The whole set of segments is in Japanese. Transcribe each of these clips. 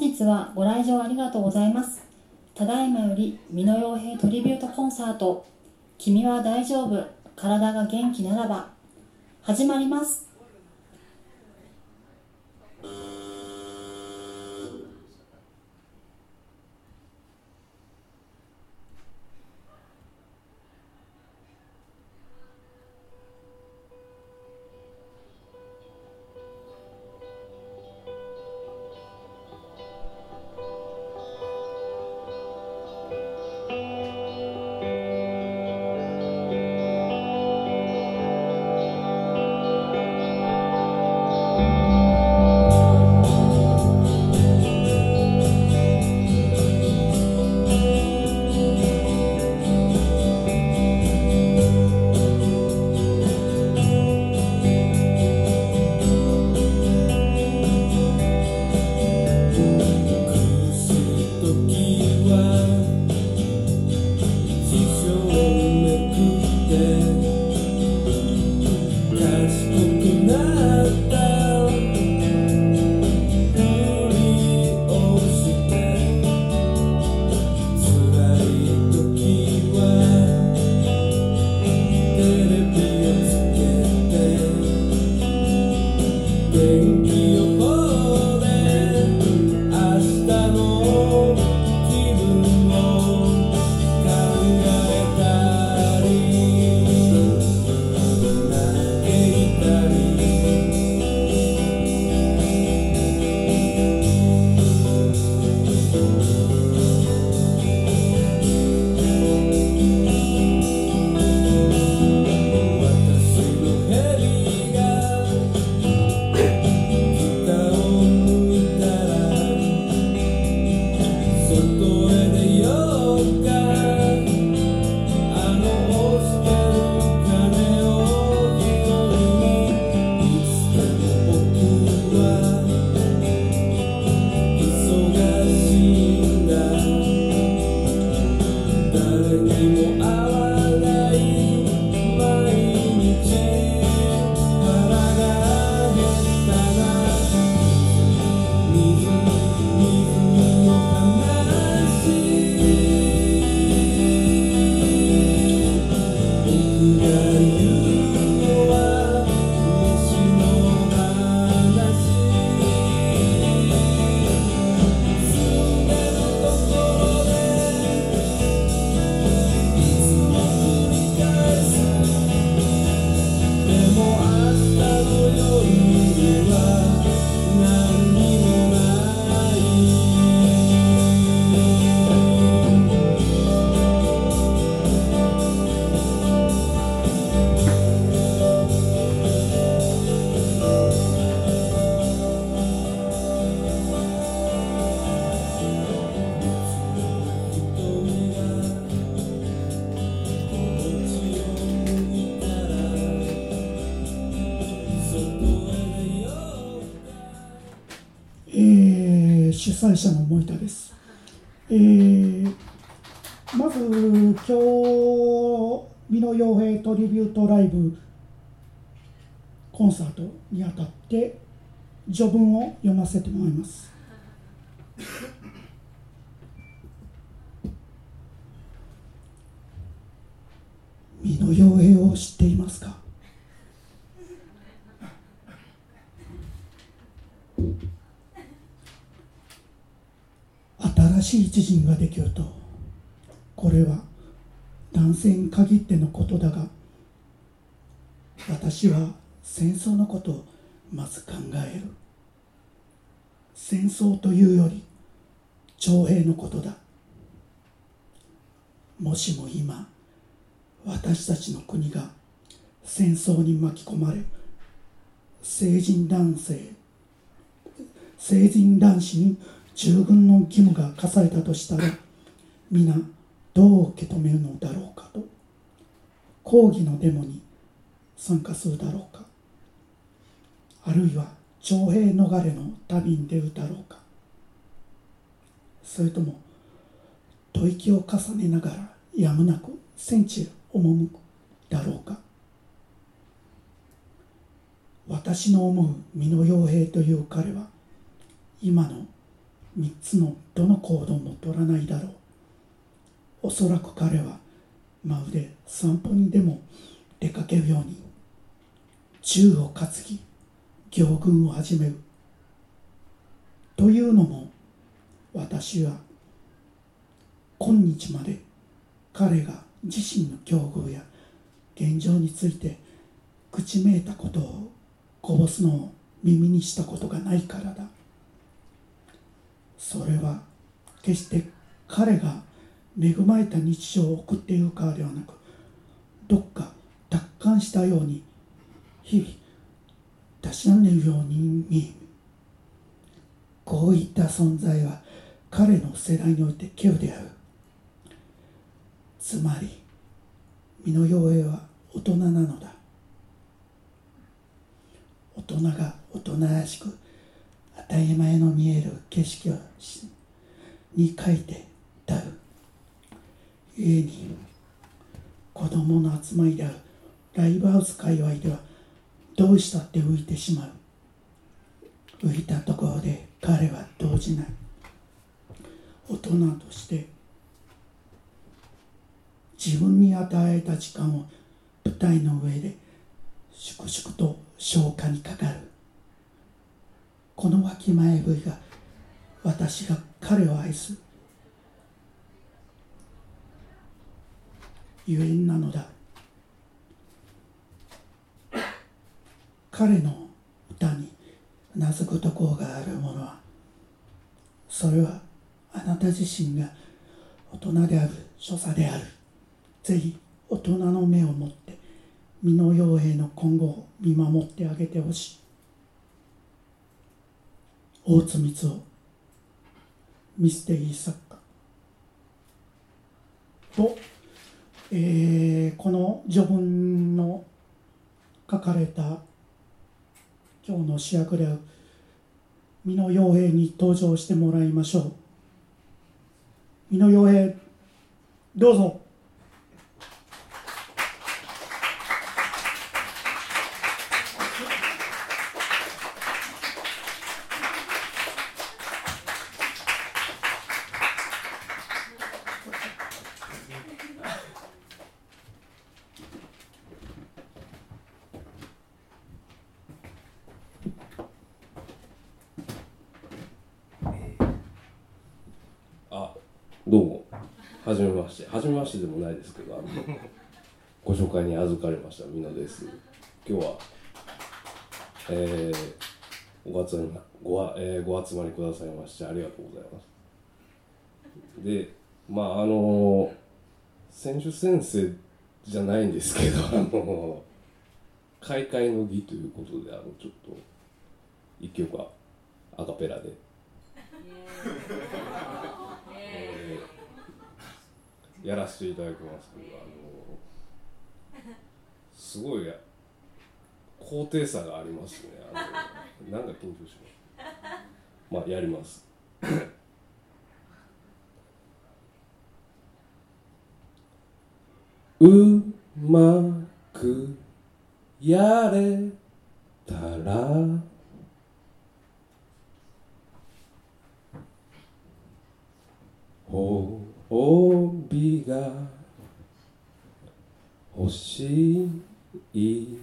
日はご来場ありがとうございます。ただいまより美濃洋平トリビュートコンサート、君は大丈夫、体が元気ならば、始まります。 主催者の森田です。まず今日美濃洋平トリビュートライブコンサートにあたって序文を読ませてもらいます。美濃洋平を知っていますか？新しい知人ができると、これは男性に限ってのことだが、私は戦争のことをまず考える。戦争というより徴兵のことだ。もしも今私たちの国が戦争に巻き込まれ、成人男子に従軍の義務が課されたとしたら、皆どう受け止めるのだろうかと、抗議のデモに参加するだろうか、あるいは徴兵逃れの旅に出るだろうか、それとも吐息を重ねながらやむなく戦地へ赴くだろうか。私の思う美濃洋平という彼は、今の 3つのどの行動も取らないだろう。おそらく彼は真腕散歩にでも出かけるように銃を担ぎ行軍を始める。というのも私は今日まで彼が自身の境遇や現状について口めいたことをこぼすのを耳にしたことがないからだ。それは決して彼が恵まれた日常を送っているからではなく、どっか達観したように日々たしなんでいるように見える。こういった存在は彼の世代において稀有である。つまり身の傭兵は大人なのだ。大人が大人らしく当たり前の見える景色をに書いてたる。故に子供の集まりであるライブハウス界隈ではどうしたって浮いてしまう。浮いたところで彼は動じない。大人として自分に与えられた時間を舞台の上で粛々と消化にかかる。このわきまえぶりが私が彼を愛すゆえんなのだ。彼の歌にうなずくところがあるものは、それはあなた自身が大人である所作である。ぜひ大人の目を持って身の傭兵の今後を見守ってあげてほしい。大津光雄、ミステリー作家と、この序文の書かれた今日の主役である身の傭兵に登場してもらいましょう。身の傭兵、どうぞ。 どうも、はじめましてでもないですけど、ご紹介に預かりました美濃です。今日は、ご集まりくださいましてありがとうございます。で、選手宣誓じゃないんですけど、開会の儀ということで、ちょっと一曲はアカペラでやらせていただきますけど、すごい高低差がありますね。なんか緊張します。やります。うまくやれたら褒美が欲しい。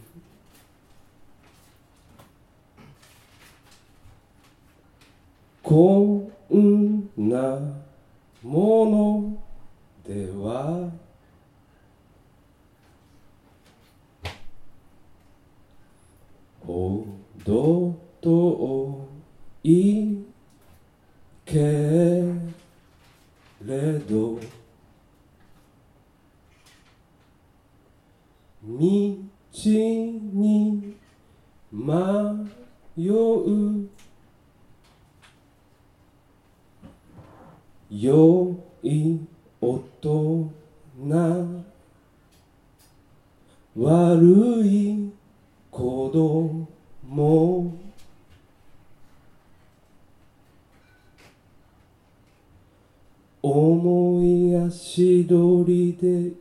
こんなものではほど遠いけれど道に迷う良い大人悪い子供重い足取りで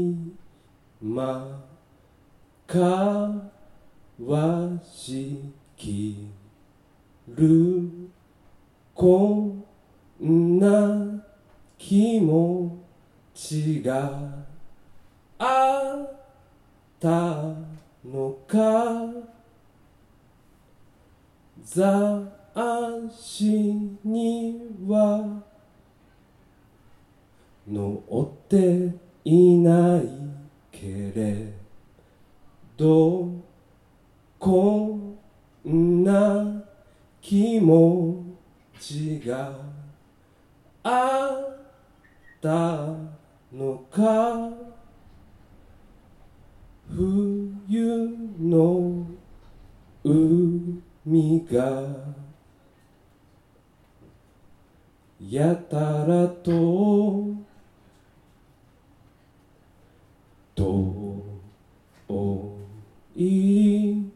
今かわしきるこな気持ちがあったのか雑誌には載っていないけれどこんな気持ちがあったのか冬の海がやたらと遠い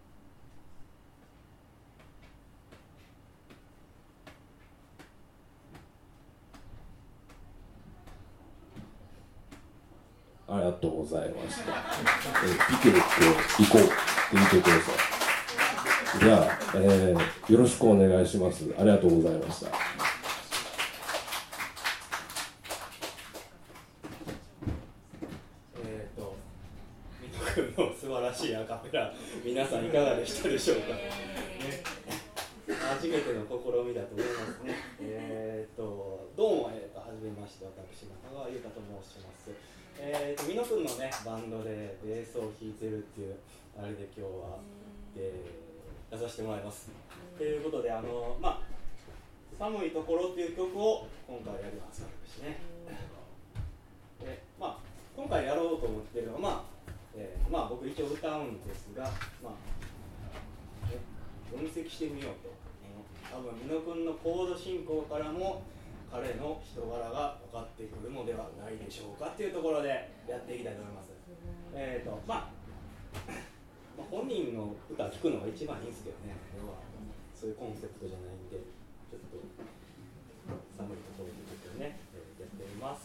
ありがとうございました。ピケレット行こうって言ってください。じゃあ、よろしくお願いします。ありがとうございました。 ミノ君の素晴らしいアカペラ、皆さんいかがでしたでしょうか。ね、初めての試みだと思いますね。どうも、はじめまして、私、中川優太と申します。ミノ君のね、バンドでベースを弾いてるっていう、あれで今日は、出させてもらいます。ということで、寒いところっていう曲を今回やります。私ね。今回やろうと思ってるのは、僕一応歌うんですが、分析してみようと。多分、ミノ君のコード進行からも、彼の人柄が分かってくるのではないでしょうかっていうところでやっていきたいと思います。本人の歌聴くのが一番いいんですけどね。要はそういうコンセプトじゃないんで、ちょっと寒いところでちょっとね、やってみます。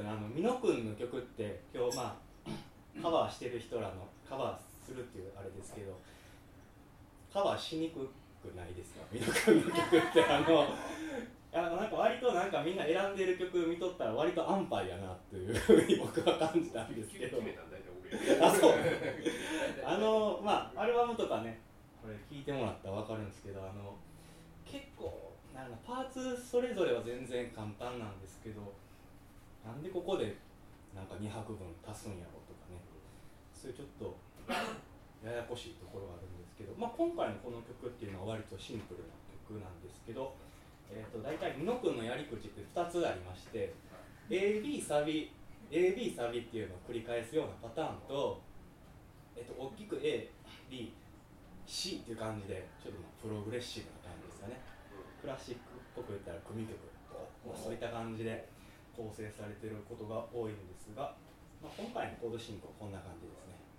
ね、美濃くんの曲って今日まあカバーしてる人らのカバーするっていうあれですけど、カバーしにくくないですか？美濃くんの曲ってなんか割となんかみんな選んでる曲見とったら割と安牌やなっていうふうに僕は感じたんですけど。あ、そう。まあアルバムとかね、これ聴いてもらったら分かるんですけど、結構パーツそれぞれは全然簡単なんですけど、なんでここでなんか2拍分足すんやろとかね、そういうちょっとややこしいところがあるんですけど、まあ、今回のこの曲っていうのは割とシンプルな曲なんですけど、大体美濃くんのやり口って2つありまして、 AB サビっていうのを繰り返すようなパターンと、大きく A、B、C っていう感じでちょっとプログレッシブな感じですかね。クラシックっぽく言ったら組曲とか、まあ、そういった感じで構成されていることが多いんですが、まあ、今回のコード進行こんな感じですね。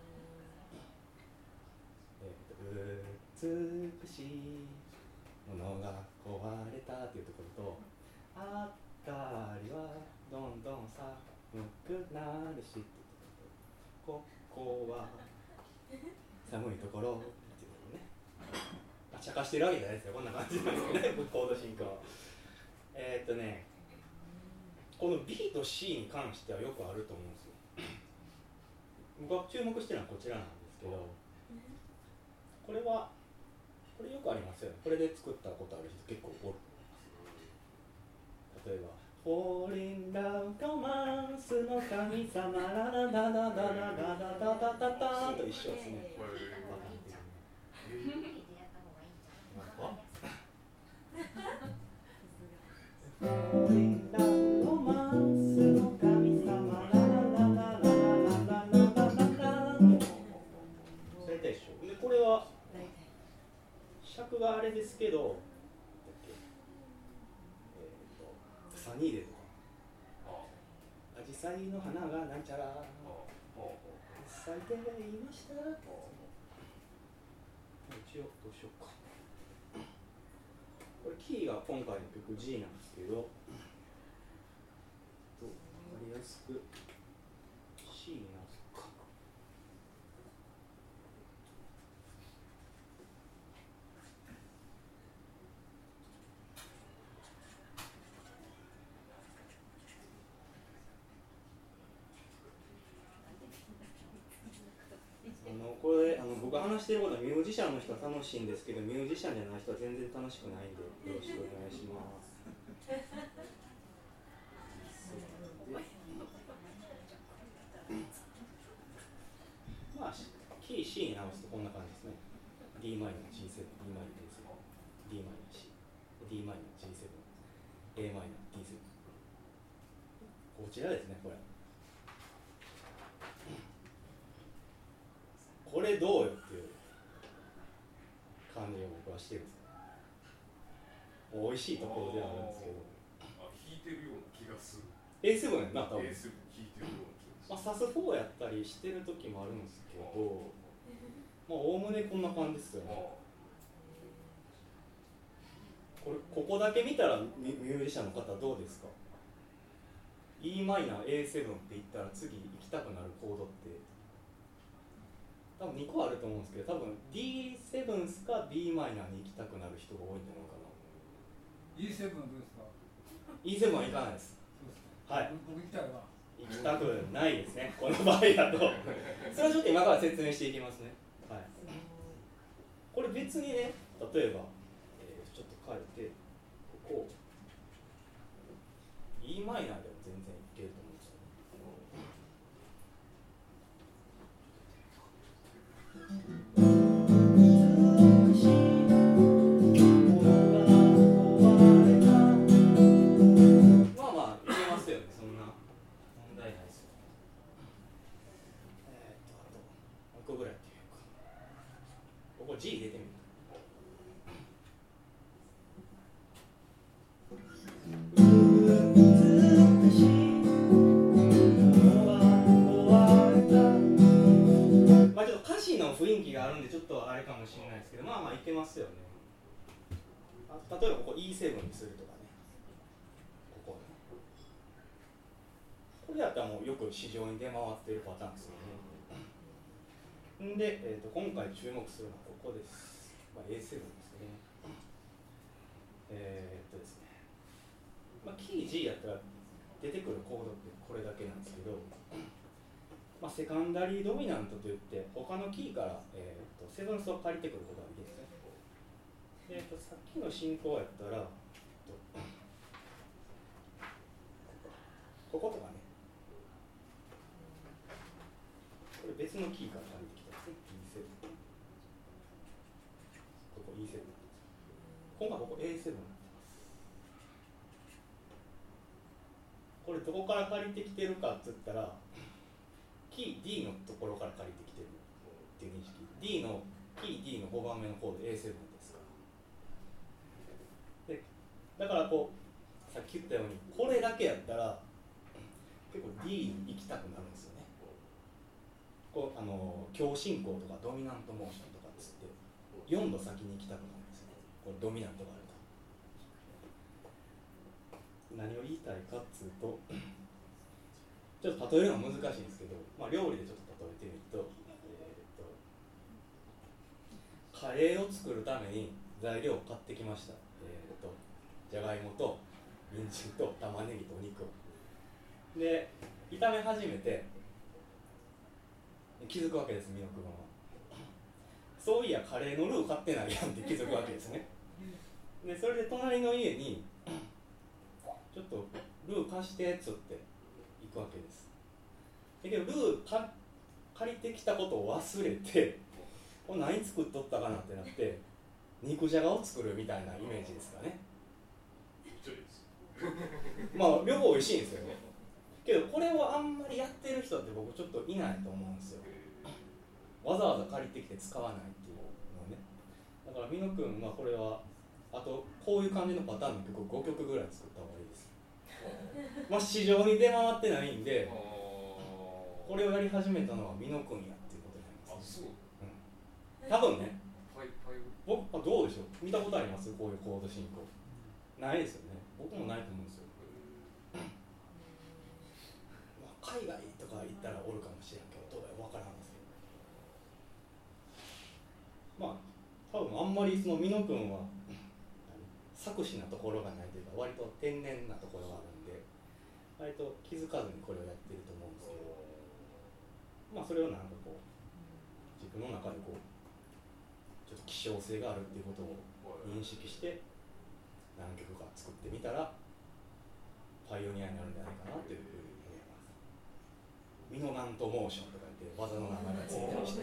美しいものが壊れたっていうところと、あったりはどんどん寒くなるしっていうところと、ここは寒いところっていうのね、茶化してるわけじゃないですよ、こんな感じなんですけどね、コード進行。この B と C に関してはよくあると思うんですよ。僕が注目してるのはこちらなんですけど、これよくありますよね。これで作ったことある人結構おると思います。例えば「Falling Down Romance の神様ラララララララララララ」と一緒ですね。Falling Down Romance の神様ラララララララララララ、それと一緒で、これは尺があれですけど、サニーデとかアジサイの花がなんちゃら咲いていました。一応どうしようか。これキーが今回の曲 G なんですけど、わかりやすく C に直すか。これ僕が話していることはミュージシャンの人は楽しいんですけど、ミュージシャンじゃない人は全然楽しくないんで、よろしくお願いします。まあキー C に直すとこんな感じですね。 d マイナー G7、 d マイナー D7、 d マイナー C、 d マイナー G7、 a マイナー D7、 こちらですね。これどうよっていう感じを僕はしてるんですよ。美味しいところではあるんですけど、 弾いてるような気がする。 A7 やんな、多分 A7 弾いてるような気がする。 まあ、サス4やったりしてる時もあるんですけど、まあおおむねこんな感じですよね。ここだけ見たらミュージシャンの方どうですか？ E マイナー A7 って言ったら次行きたくなるコードって多分2個あると思うんですけど、多分 D7 か B マイナーに行きたくなる人が多いんじゃないかな。 E7 はどうですか？ E7 は行かないです。 そうですか。 はい。 僕行きたいわ。 行きたくないですね、この場合だと。それはちょっと今から説明していきますね。はい。これ別にね、例えば、ちょっと変えて、ここ E マイナーでも全然いけると思うんですよね。まあまあいけますよね、そんな問題ないですよ。あともう一個ぐらいっていうか、ここ G 入れてみる。まあちょっと歌詞の雰囲気があるんでちょっとあれかもしれないですけど、まあまあいけますよね。例えばここ E7 にするとかね、ここね。 これやったらもうよく市場に出回ってるパターンですよね。で、今回注目するのはここです。A7 ですね。ですね、キー G やったら出てくるコードってこれだけなんですけど、セカンダリードミナントといって他のキーから、セブンスを借りてくることができるんですね。さっきの進行やったら、こことかね、これ別のキーから借りてきたんですね。E7、ここ E7 なんです。今回ここ A7 になってます。これどこから借りてきてるかって言ったら、キー D のところから借りてきてるっていう認識。D のキー D の5番目のコード A7 ですから。で、だからこうさっき言ったようにこれだけやったら結構 D に行きたくなるんですよね。こう強進行とかドミナントモーションとかっつって4度先に行きたくなるんですよね。これドミナントがあると。何を言いたいかっつうと、ちょっと例えるのは難しいんですけど、料理でちょっと例えてみると、カレーを作るために材料を買ってきました。じゃがいもと人参と玉ねぎとお肉を。で、炒め始めて気づくわけです、ミノ君は。そういやカレーのルー買ってないやんって気づくわけですね。で、それで隣の家にちょっとルー貸してっつって行くわけです。だけどルー借りてきたことを忘れて、これ何作っとったかなってなって肉じゃがを作るみたいなイメージですかね。両方美味しいんですよね。けどこれをあんまりやってる人って僕ちょっといないと思うんですよ。わざわざ借りてきて使わないっていうのね。だから美濃くんはこれはあとこういう感じのパターンの曲を5曲ぐらい作った方がいいです。市場に出回ってないんで、これをやり始めたのは美濃くんやっていうことになります。多分ね、僕はどうでしょう、見たことあります？こういうコード進行。ないですよね。僕もないと思うんですよ。海外とか行ったらおるかもしれんけど、どうやら分からんですけど。多分あんまりその美濃くんは作詞なところがないというか、割と天然なところがあるんで、割と気づかずにこれをやってると思うんですけど、それをなんかこう自分の中でこうちょっと希少性があるっていうことを認識して何曲か作ってみたらパイオニアになるんじゃないかなというふうに思います。ミノナントモーションとか言って技の名前がついたりして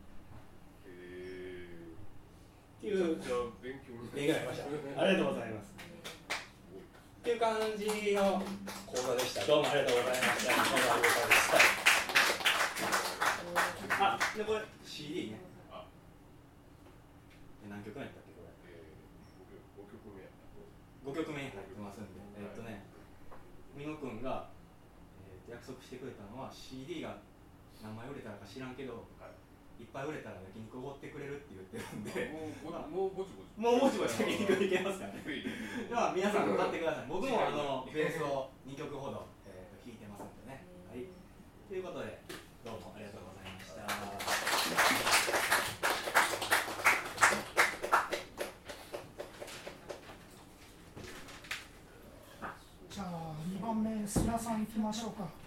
っていう勉強になりました。ありがとうございます。っていう感じの講座でした。どうもありがとうございました。でこれ CD ね。何曲目やったっけこれ？5曲目に入ってますんで、美濃くんが、約束してくれたのは CD が何枚売れたらか知らんけど、いっぱい売れたら焼肉おごってくれるって言ってるんで、もうぼちぼち焼肉いけますからね。では皆さん歌ってください。僕もベースを2曲ほど、弾いてますんでね。はい。ということでどうもありがとうございました。 じゃあ2番目、須田さん行きましょうか。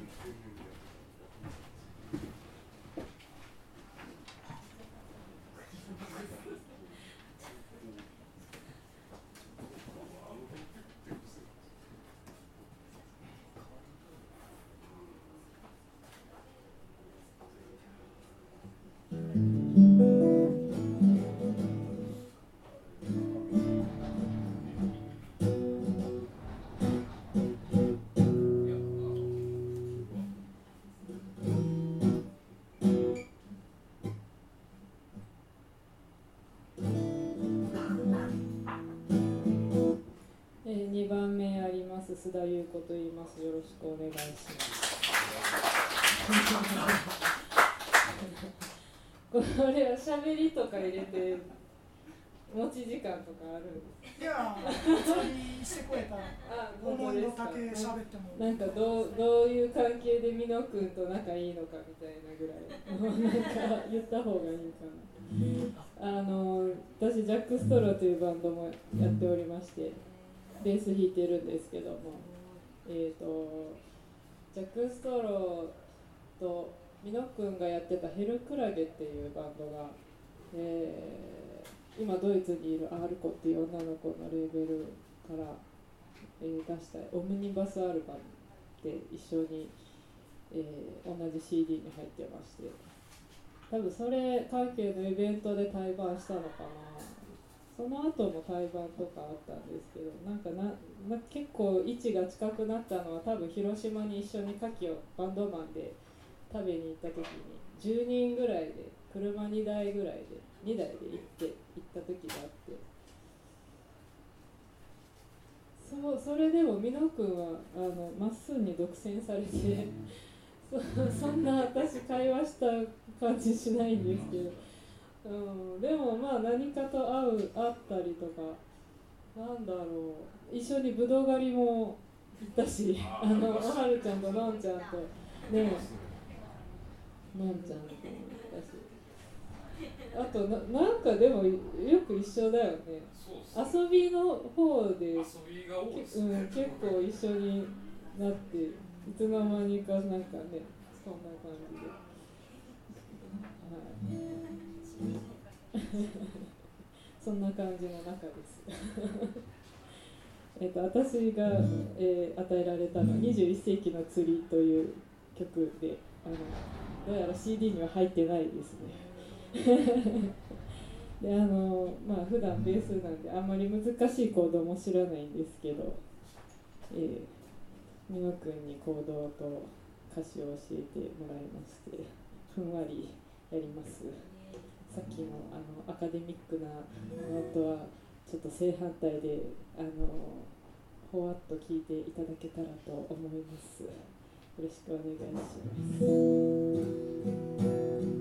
2番目あります須田優子と言います。よろしくお願いしますこれは喋りとか入れて持ち時間とかあるんですいや普通にしてくれたら思いの丈喋ってもなんかどういう関係で美濃くんと仲いいのかみたいなぐらいなんか言った方がいいかな。私ジャック・ストローというバンドもやっておりましてベース弾いてるんですけども、ジャック・ストローと美濃くんがやってたヘルクラゲっていうバンドが、今ドイツにいるアールコっていう女の子のレーベルから、出したオムニバスアルバムで一緒に、同じ CD に入ってまして、多分それ関係のイベントで対バンしたのかな。その後も対バンとかあったんですけど、結構位置が近くなったのは多分広島に一緒に牡蠣をバンドマンで食べに行った時に10人ぐらいで車2台ぐらいで2台で行った時があって、それでも美濃くんはまっすんに独占されてそんな私会話した感じしないんですけど、でもまあ何かと会ったりとか、なんだろう、一緒にぶどう狩りも行ったし、おはるちゃんとのんちゃんとね、のんちゃんとも行ったし、あとなんかでもよく一緒だよね。遊びの方で遊びが多いですね、 結構一緒になっていつの間にかなんかね、そんな感じで、はい、そんな感じの中です私が、与えられたのは21世紀の釣りという曲で、どうやら CD には入ってないですねでまあ普段ベースなんであんまり難しいコードも知らないんですけど、美濃くんにコードと歌詞を教えてもらいまして、ふんわりやります。さっきのアカデミックなノートはちょっと正反対でほわっと聞いていただけたらと思います。よろしくお願いします。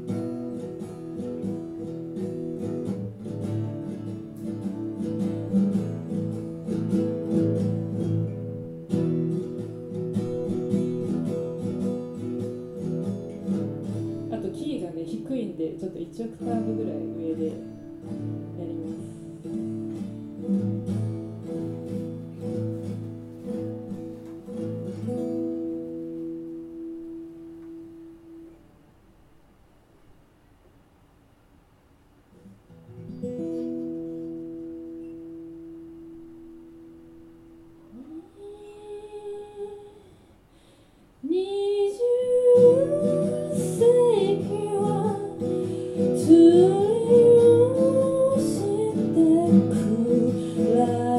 低いんでちょっと1オクターブぐらい上でやります。釣りをしてくら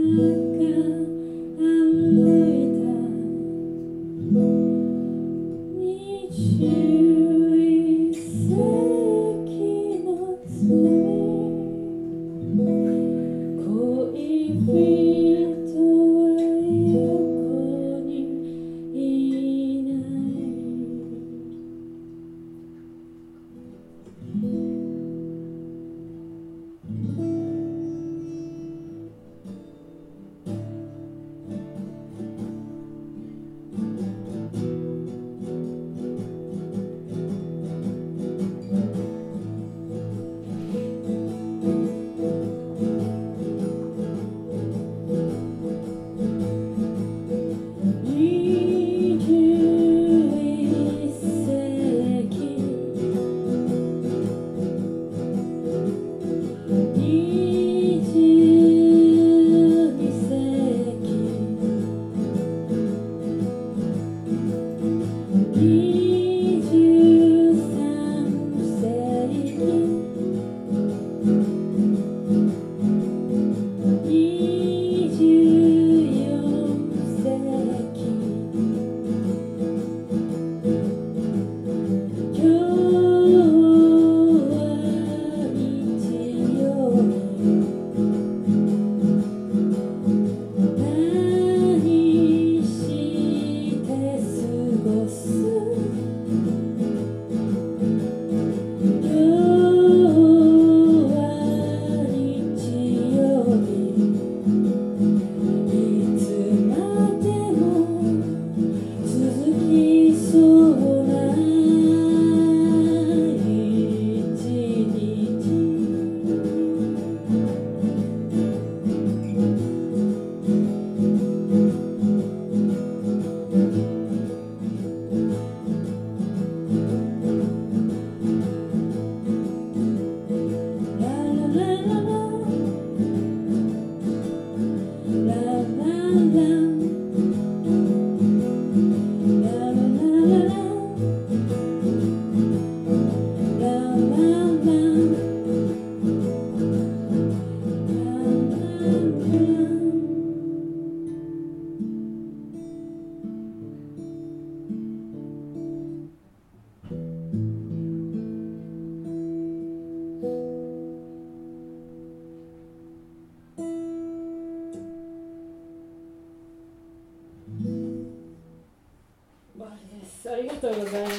ありがとうございました。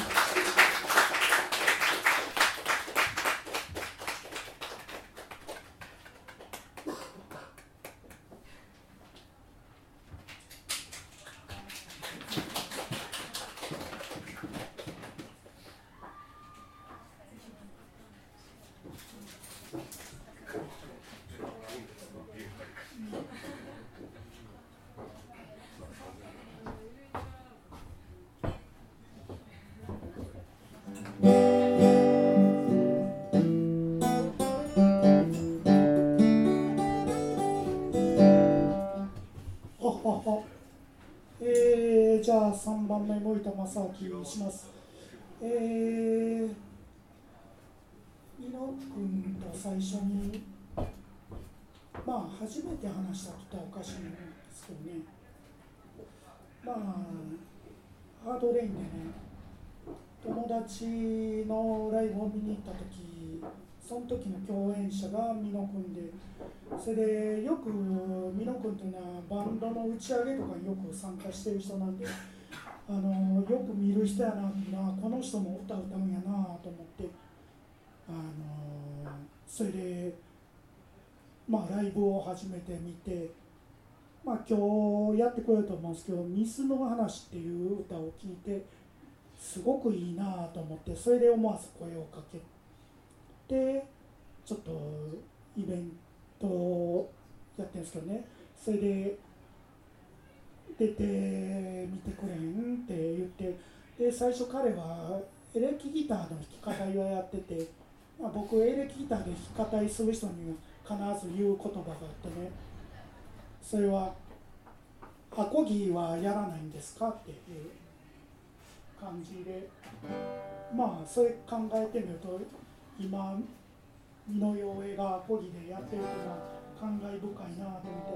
じゃあ3番目森田正明します。伊野君と最初に初めて話したと言ったらおかしいんですけどね、ハードレインでね、友達のライブを見に行った時、その時の共演者が美濃君で、それでよく美濃君というのはバンドの打ち上げとかによく参加している人なんで、よく見る人やなっていうのは、この人も歌うんやなと思って、それでライブを初めて見て、今日やってくれると思うんですけど、水の話っていう歌を聴いてすごくいいなと思って、それで思わず声をかけて、ちょっとイベントをやってるんですけどね、それで出てみてくれんって言って、で最初彼はエレキギターの弾き語りをやってて、僕エレキギターで弾き語りする人には必ず言う言葉があってね、それはアコギはやらないんですかっていう感じで、それ考えてみると、今美濃洋平がアコギでやってるのは感慨深いなと思って。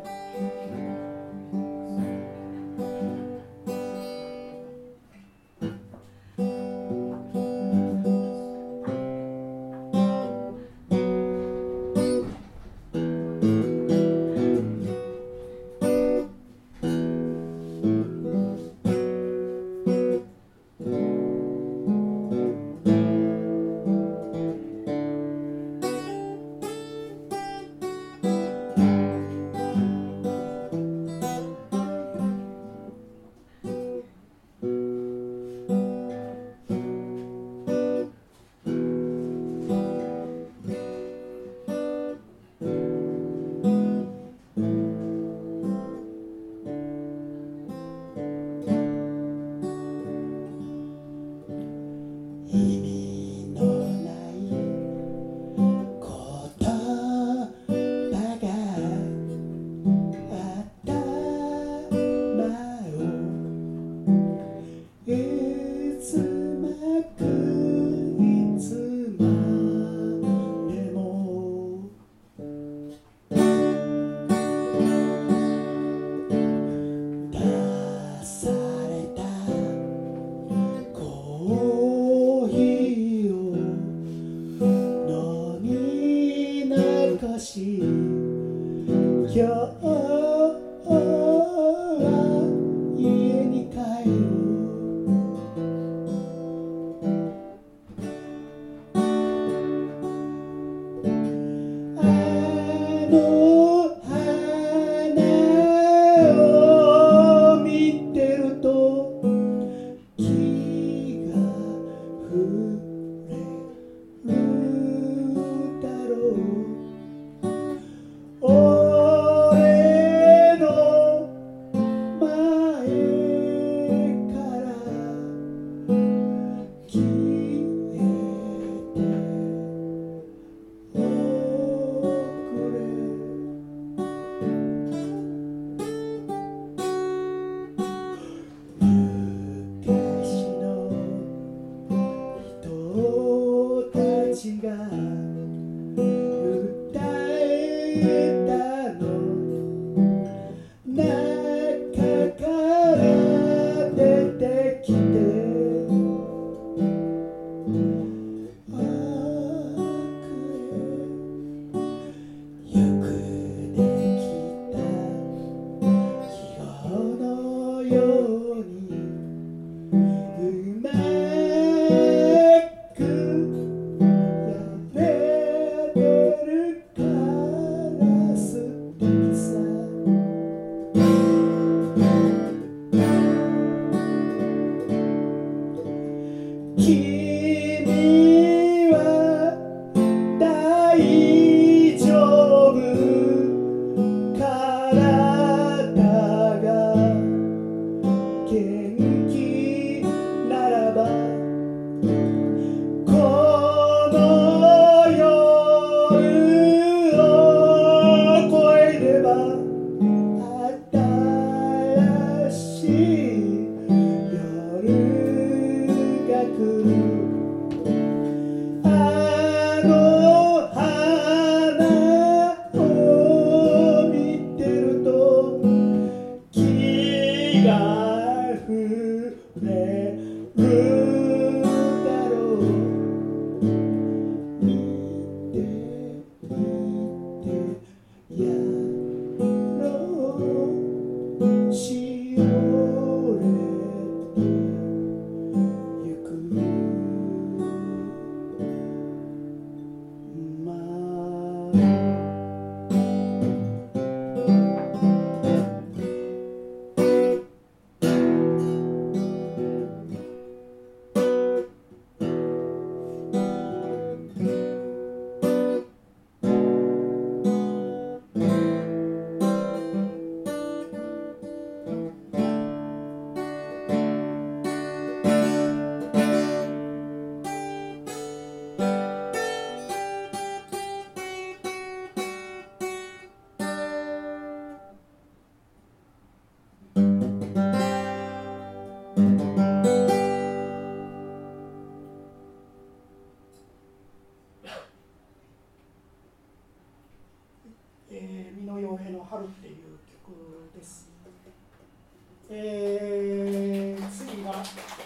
春っていう曲です。次は、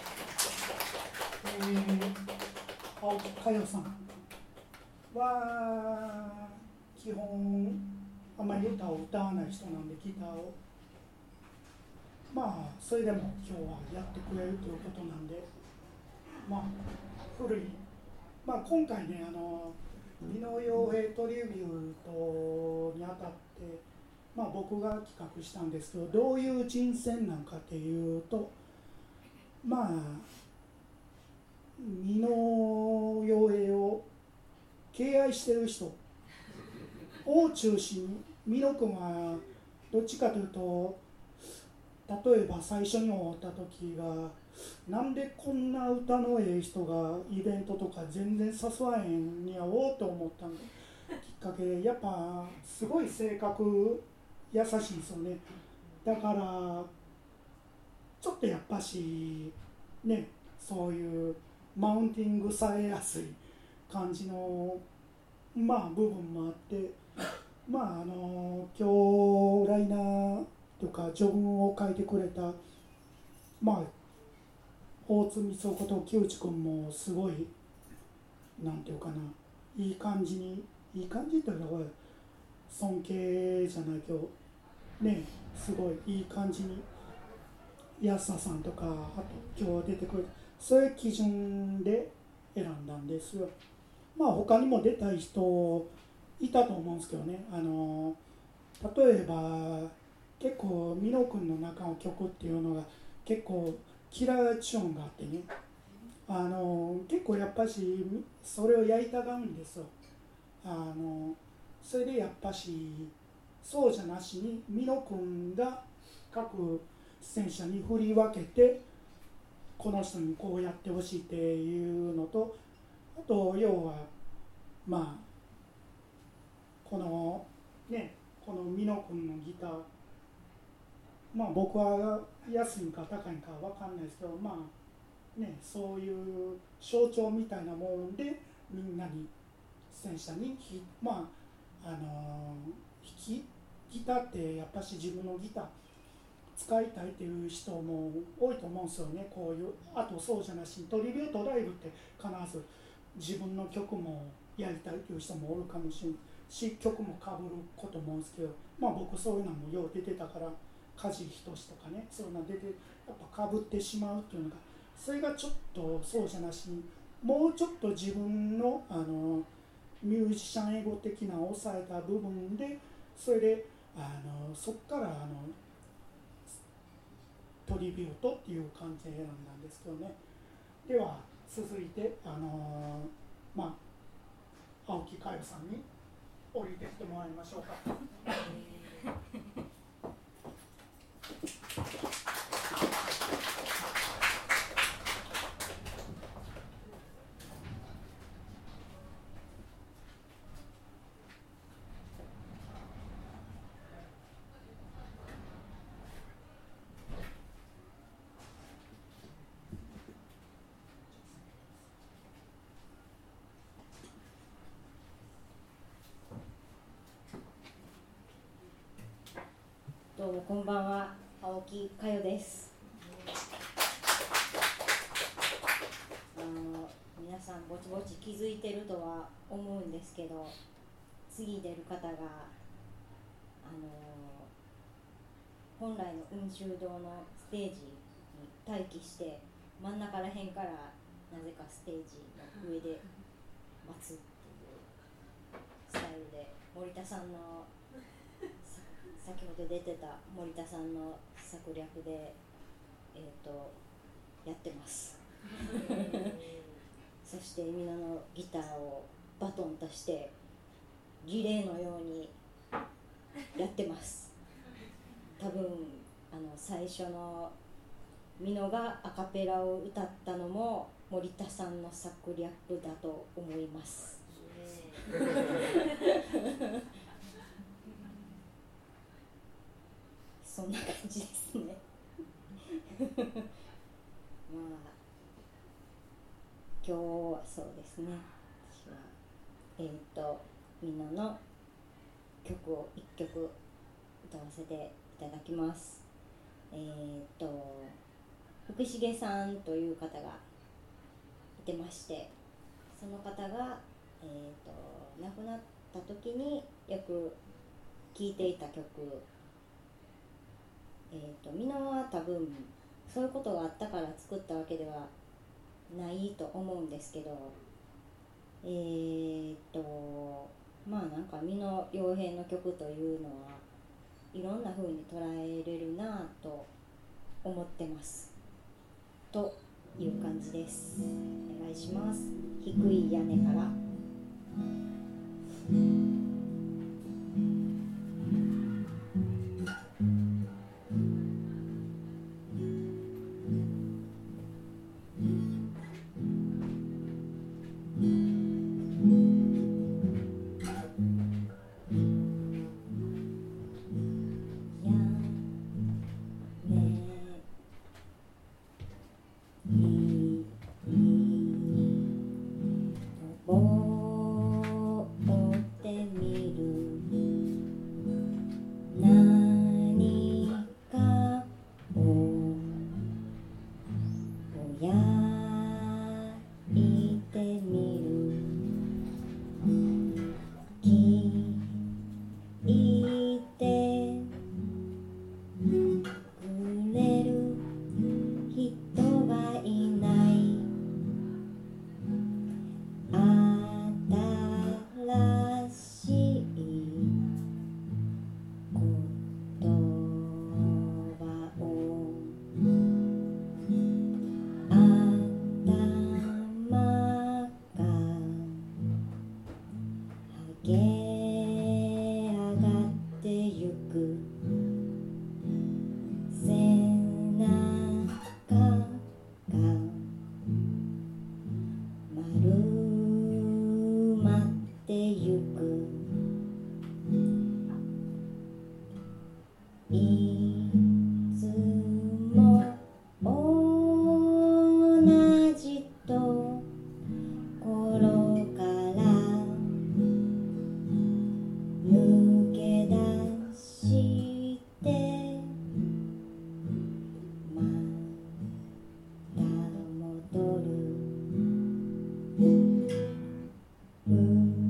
青木佳代さんは基本あまり歌を歌わない人なんで、ギターをそれでも今日はやってくれるということなんで、古い、今回ね美濃洋平トリビュートにあたって、僕が企画したんですけど、どういう人選なんかっていうと、美濃洋平を敬愛してる人を中心に、美濃君はどっちかというと、例えば最初に思った時が、なんでこんな歌のええ人がイベントとか全然誘わへんにゃおうと思ったのきっかけで、やっぱすごい性格優しいですよね。だからちょっとやっぱしね、そういうマウンティングされやすい感じの部分もあって、今日ライナーとか序文を書いてくれた大津光雄こと木内君もすごいなんていうかな、いい感じっていうのはこれ尊敬じゃないけどね、すごいいい感じに安田さんとか、あと今日出てくれたそういう基準で選んだんですよ。他にも出たい人いたと思うんですけどね、例えば結構美濃君の中の曲っていうのが結構キラーチューンがあってね、結構やっぱしそれをやりたがるんですよ。それでやっぱしそうじゃなしに美濃君が各出演者に振り分けて、この人にこうやってほしいっていうのと、あと要はこの美濃君のギター、僕は安いんか高いんか分かんないですけど、そういう象徴みたいなもんでみんなに出演者にギターってやっぱし自分のギター使いたいっていう人も多いと思うんですよね。こういう、あとそうじゃなしトリビュートライブって必ず自分の曲もやりたいっていう人もおるかもしれないし、曲もかぶることも多いんですけど、僕そういうのもよう出てたから、梶仁とかね、そういうの出てやっぱかぶってしまうっていうのが、それがちょっとそうじゃなしにもうちょっと自分のミュージシャンエゴ的な抑えた部分で、それでそっからトリビュートっていう感じで選んだんですけどね。では続いて青木佳代さんに降りてきてもらいましょうか。 どうもこんばんは、青木佳代です。皆さんぼちぼち気づいてるとは思うんですけど、次出る方が本来の雲州堂のステージに待機して真ん中らへんからなぜかステージの上で待つっていうスタイルで、森田さんの先ほど出てた森田さんの策略で、やってますそして美濃のギターをバトンとしてリレーのようにやってます。多分最初の美濃がアカペラを歌ったのも森田さんの策略だと思いますそんな感じですね今日はそうですね、私は美濃の曲を1曲歌わせていただきます。福重さんという方がいてまして、その方が、亡くなった時によく聴いていた曲、みんなは多分そういうことがあったから作ったわけではないと思うんですけど、まあなんか美濃陽平の曲というのはいろんな風に捉えれるなと思ってますという感じです。お願いします。低い屋根から。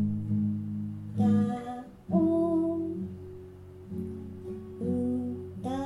歌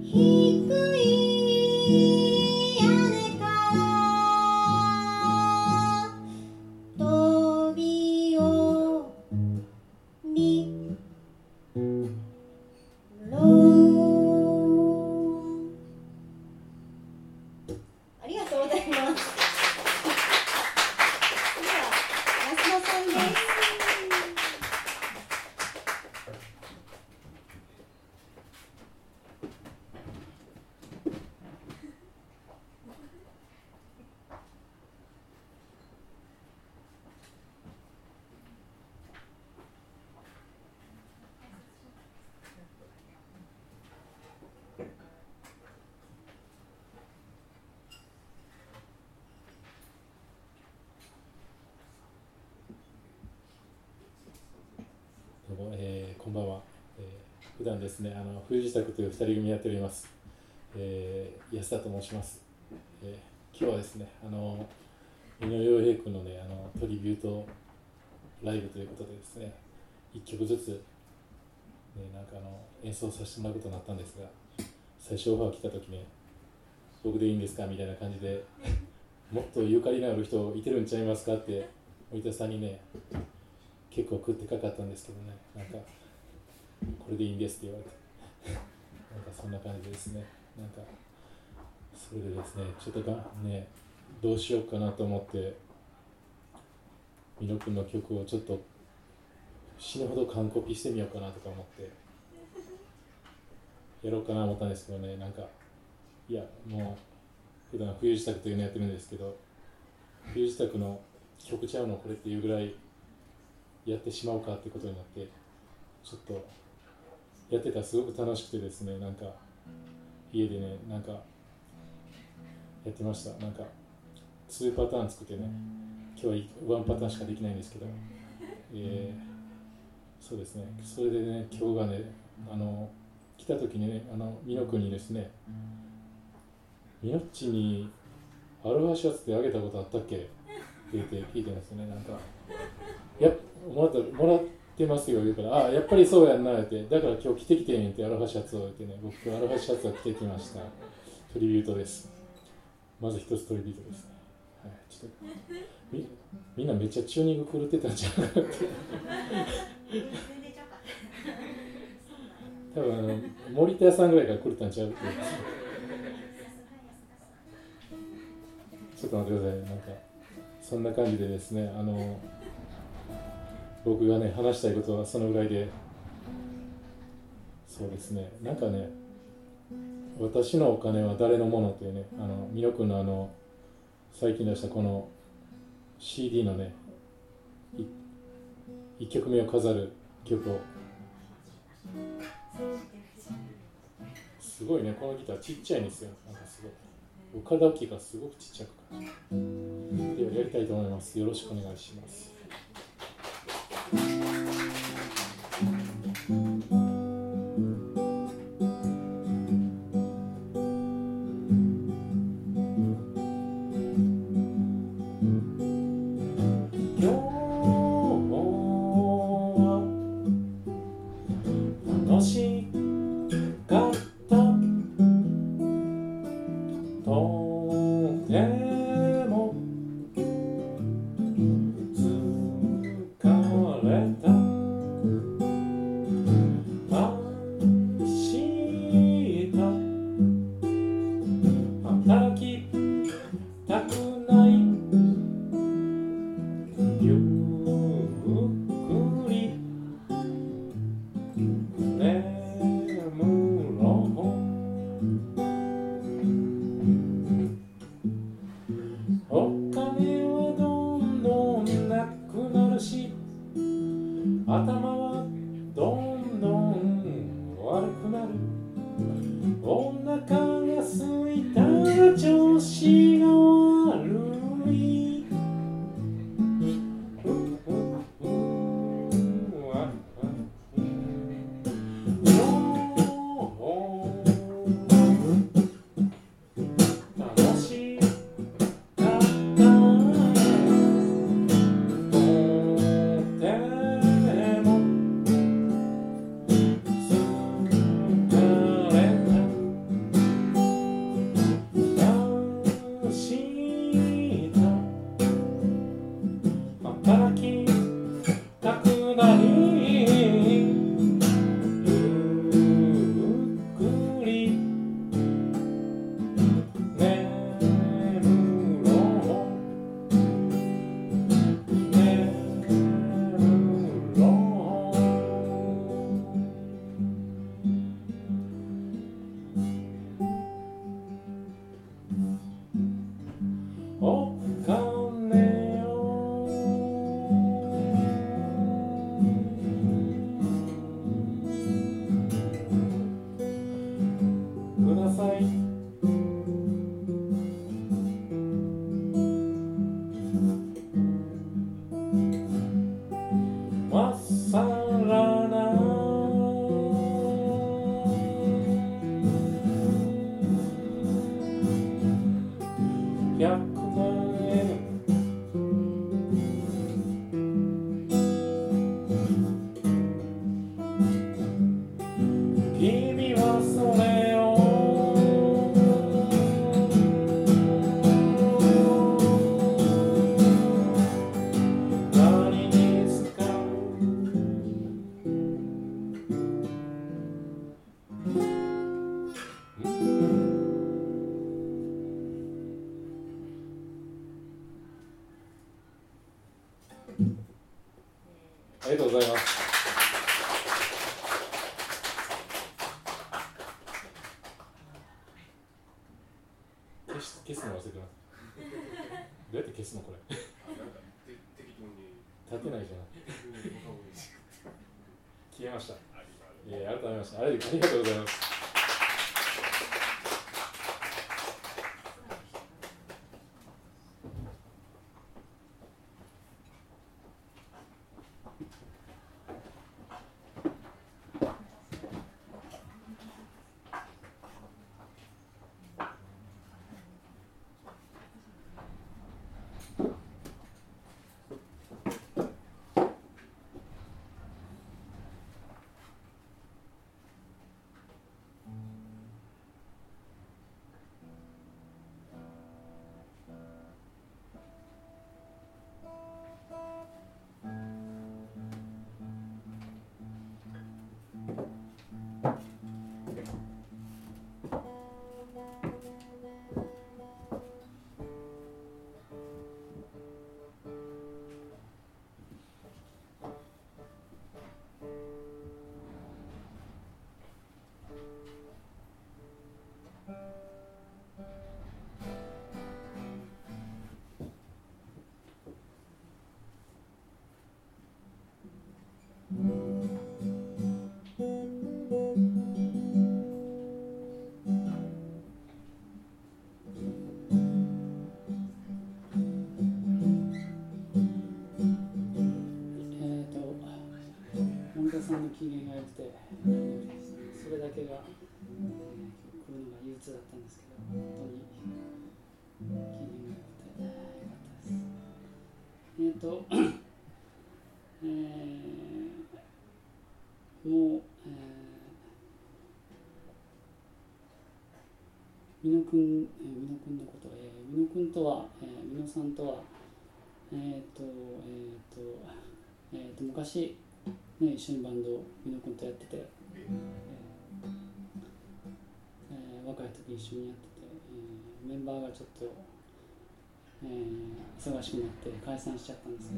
こんばんは。普段ですね、冬支度という2人組やっております。安田と申します。今日はですね、井上陽平君のね、トリビュートライブということでですね、1曲ずつ、ね、なんか演奏させてもらうことになったんですが、最初オファー来た時ね、僕でいいんですかみたいな感じで、もっとゆかりのある人いてるんちゃいますかって森田さんにね、結構食ってかかったんですけどね、なんかこれでいいんですって言われてなんかそんな感じですね。なんかそれでですね、ちょっとね、どうしようかなと思って美濃君の曲をちょっと死ぬほど完コピしてみようかなとか思ってやろうかなと思ったんですけどね、なんかいやもう普段冬支度というのやってるんですけど、冬支度の曲ちゃうのこれっていうぐらいやってしまうかってことになって、ちょっとやってたらすごく楽しくてですね、なんか家でね、なんかやってました。なんか2パターン作ってね、今日は1パターンしかできないんですけど、そうですね、それでね、今日がね、来た時にね、美濃君にですね、みのっちにアロハシャツってあげたことあったっけって言って聞いてますよね。なんかいやもらってますよ言うから、あやっぱりそうやんなって、だから今日着てきてんってアロハシャツを言ってね、僕今日アロハシャツを着てきました。トリビュートです。まず一つトリビュートですね。はい、ちょっとみんなめっちゃチューニング狂ってたんじゃないかって多分森田屋さんぐらいから狂ったんちゃうってちょっと待ってください。なんかそんな感じでですね、僕がね話したいことはそのぐらいで、そうですね、なんかね、私のお金は誰のものというね、美濃君の最近出したこの CD のね1曲目を飾る曲を、すごいね、このギターちっちゃいんですよ。なんかすごい体大きいからすごくちっちゃく感じる。ではやりたいと思います。よろしくお願いします。 さいまっさらな100万円君はそれを何に使ありがとうございます。消すの忘れてます。どうやって消すのこれ。立てないじゃん。消えました。改めましてありがとうございます。 さんの機嫌が良くて、それだけが、来るのが憂鬱だったんですけど、本当に機嫌が良くて良かったです。もう、美濃くんのこと、美濃くんとは、美濃さんとは、昔、ね、一緒にバンドを美濃くんとやってて、若い時一緒にやってて、メンバーがちょっと、忙しくなって解散しちゃったんですけ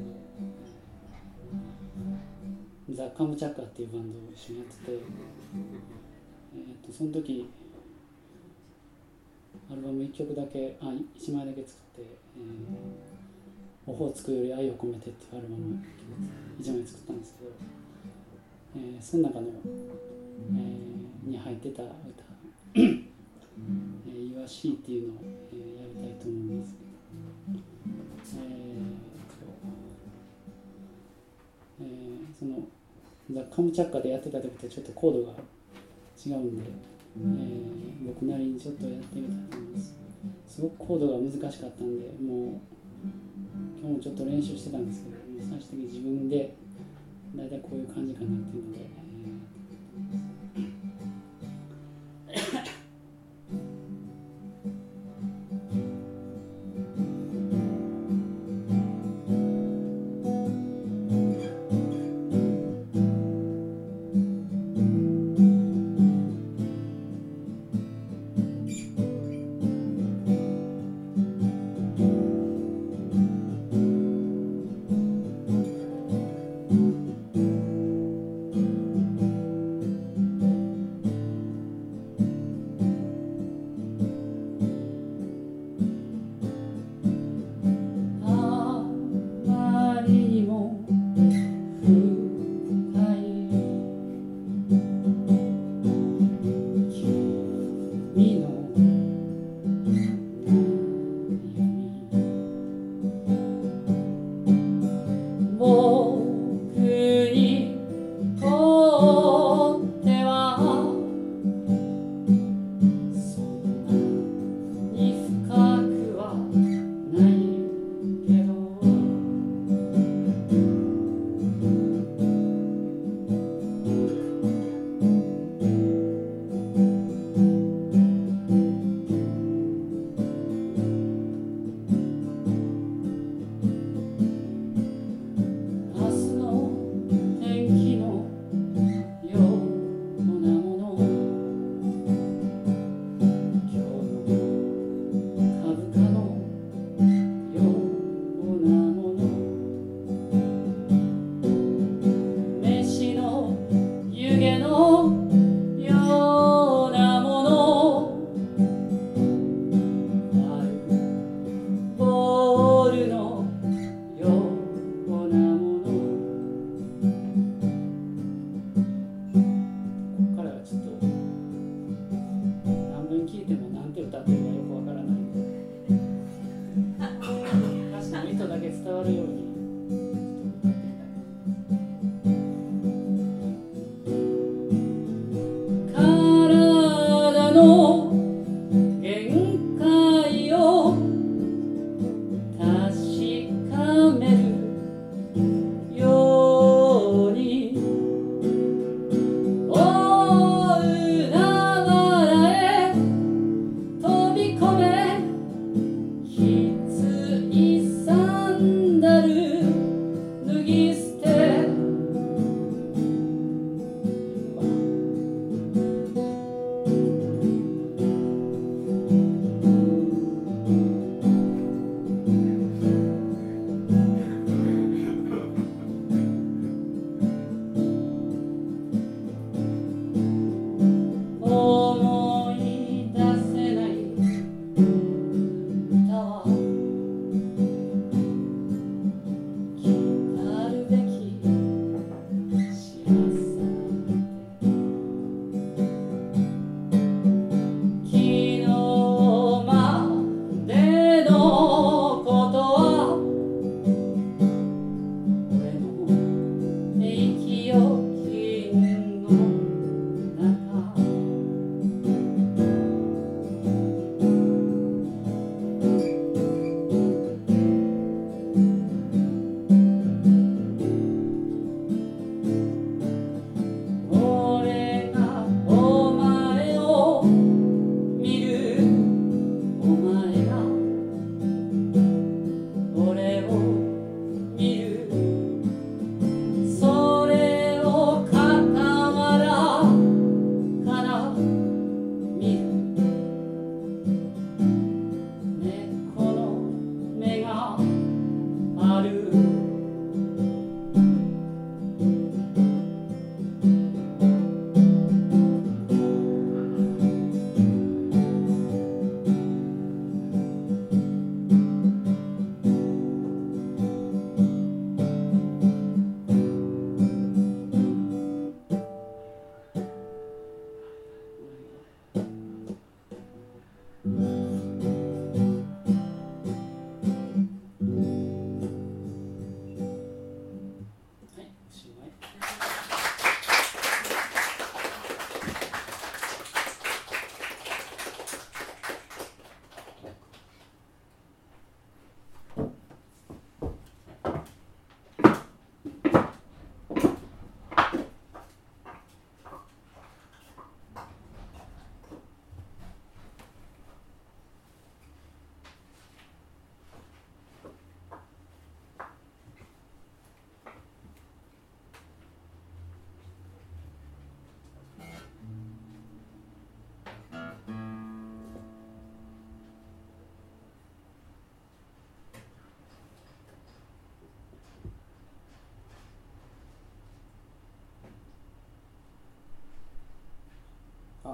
ど、ザ・カムチャッカーっていうバンドを一緒にやってて、その時アルバム1曲だけ1枚だけ作って「オホーツクより愛を込めて」っていうアルバム1枚作ったんですけど、その中の、に入ってた歌「Your Sea」っていうのを、やりたいと思いますけど、そのザ・カムチャッカでやってた時とちょっとコードが違うんで、僕なりにちょっとやってみたいと思います。すごくコードが難しかったんで、もう今日もちょっと練習してたんですけど、もう最終的に自分でだいたいこういう感じかなっていうので、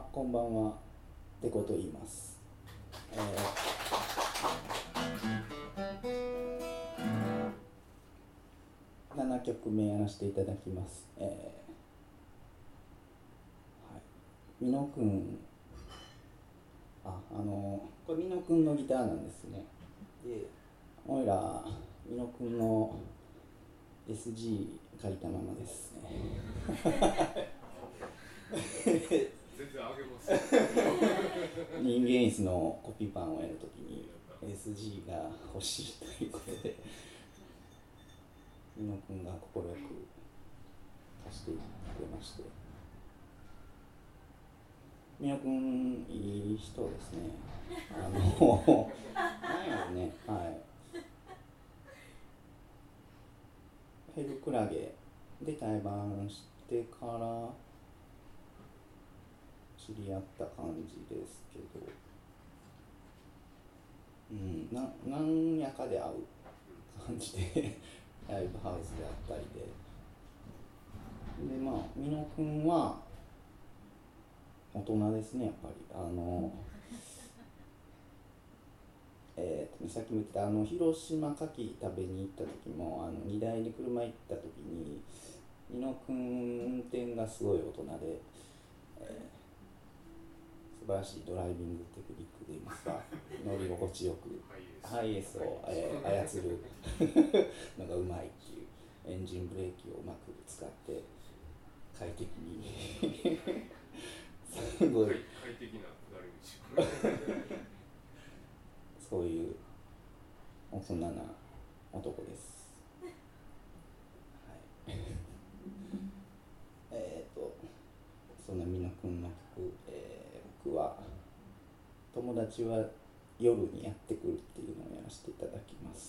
こんばんは、デコと言います。7曲目やらせていただきます。美濃くん、これ美濃くんのギターなんですね。で、おいら美濃くんの SG 借りたままですね。 全然あげます。 人間椅子のコピーパンをやるときに SG が欲しいということで、美濃くんが快く貸してくれまして、美濃くんいい人ですね。なんやろね、はい。ヘルクラゲで対バンしてから知り合った感じですけど、なんやかで会う感じでライブハウスであったりで、まあ美濃くんは大人ですね、やっぱり。さっきも言ってた広島牡蠣食べに行った時も荷台に車行った時に美濃くん運転がすごい大人で、素晴らしいドライビングテクニックで言いますか、乗り心地よくハイエースを、操るのがうまいっていう、エンジンブレーキをうまく使って快適にすごい快適な下り道そういう大人な男です。はい。そんな美濃くんの曲、僕は友達は夜にやってくるっていうのをやらせていただきます。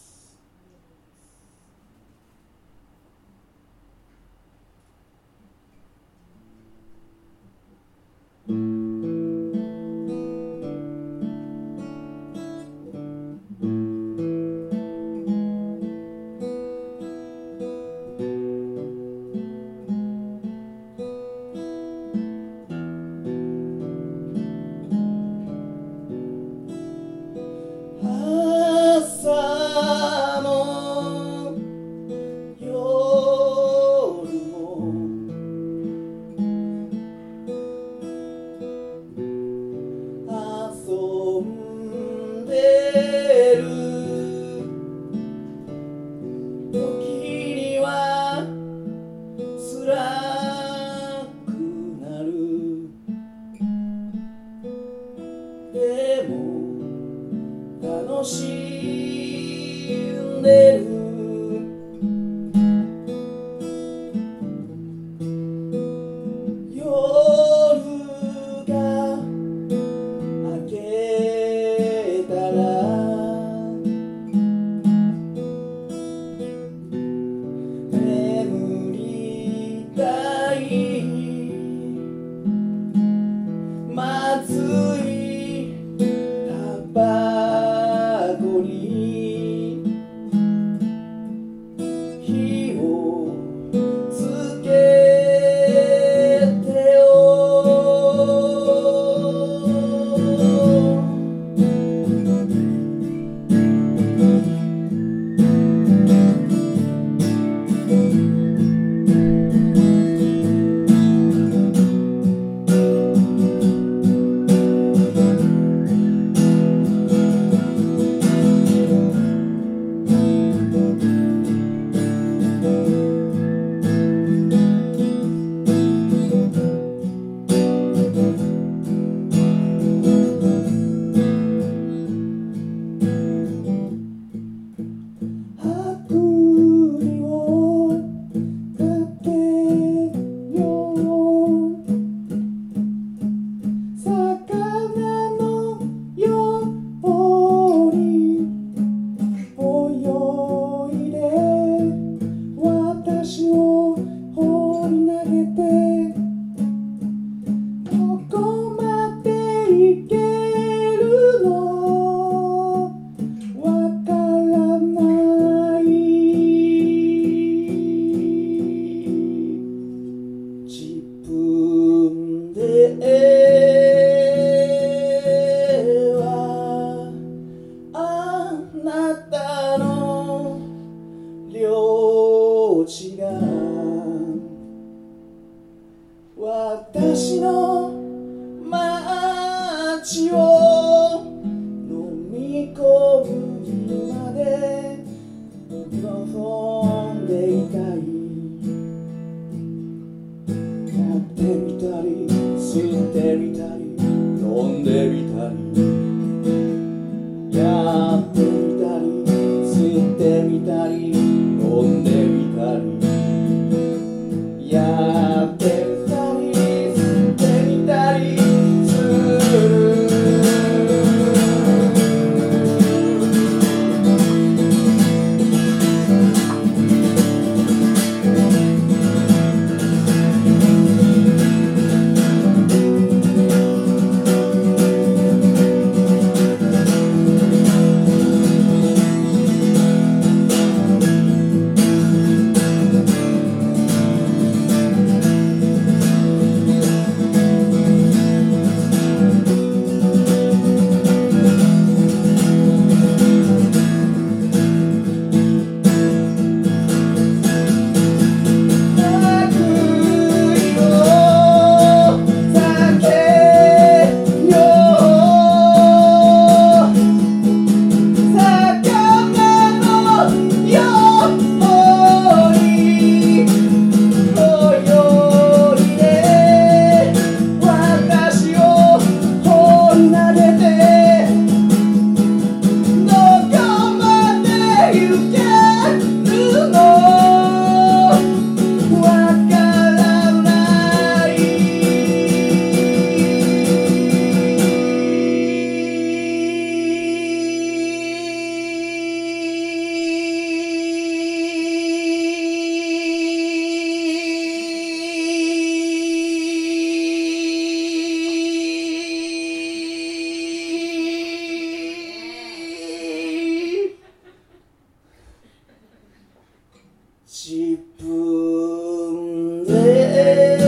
「 たりやってみたり吸ってみたり飲んでみたりやってみたり吸ってみたりする自分で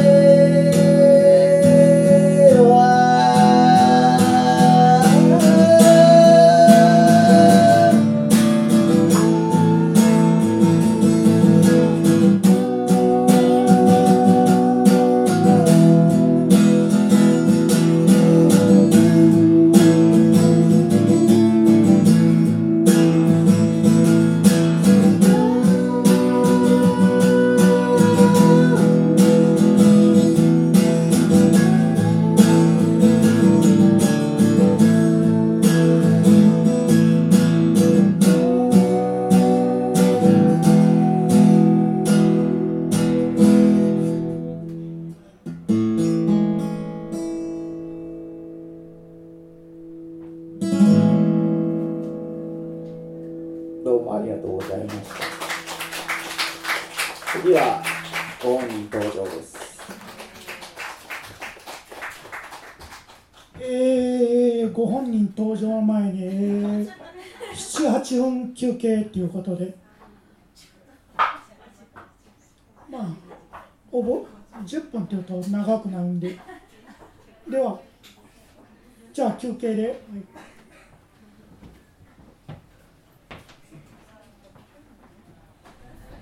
どうもありがとうございました。次はご本人登場です。 ご本人登場前に、7、8分休憩ということで、まあ10分というと長くなるんで、ではじゃあ休憩で。はい。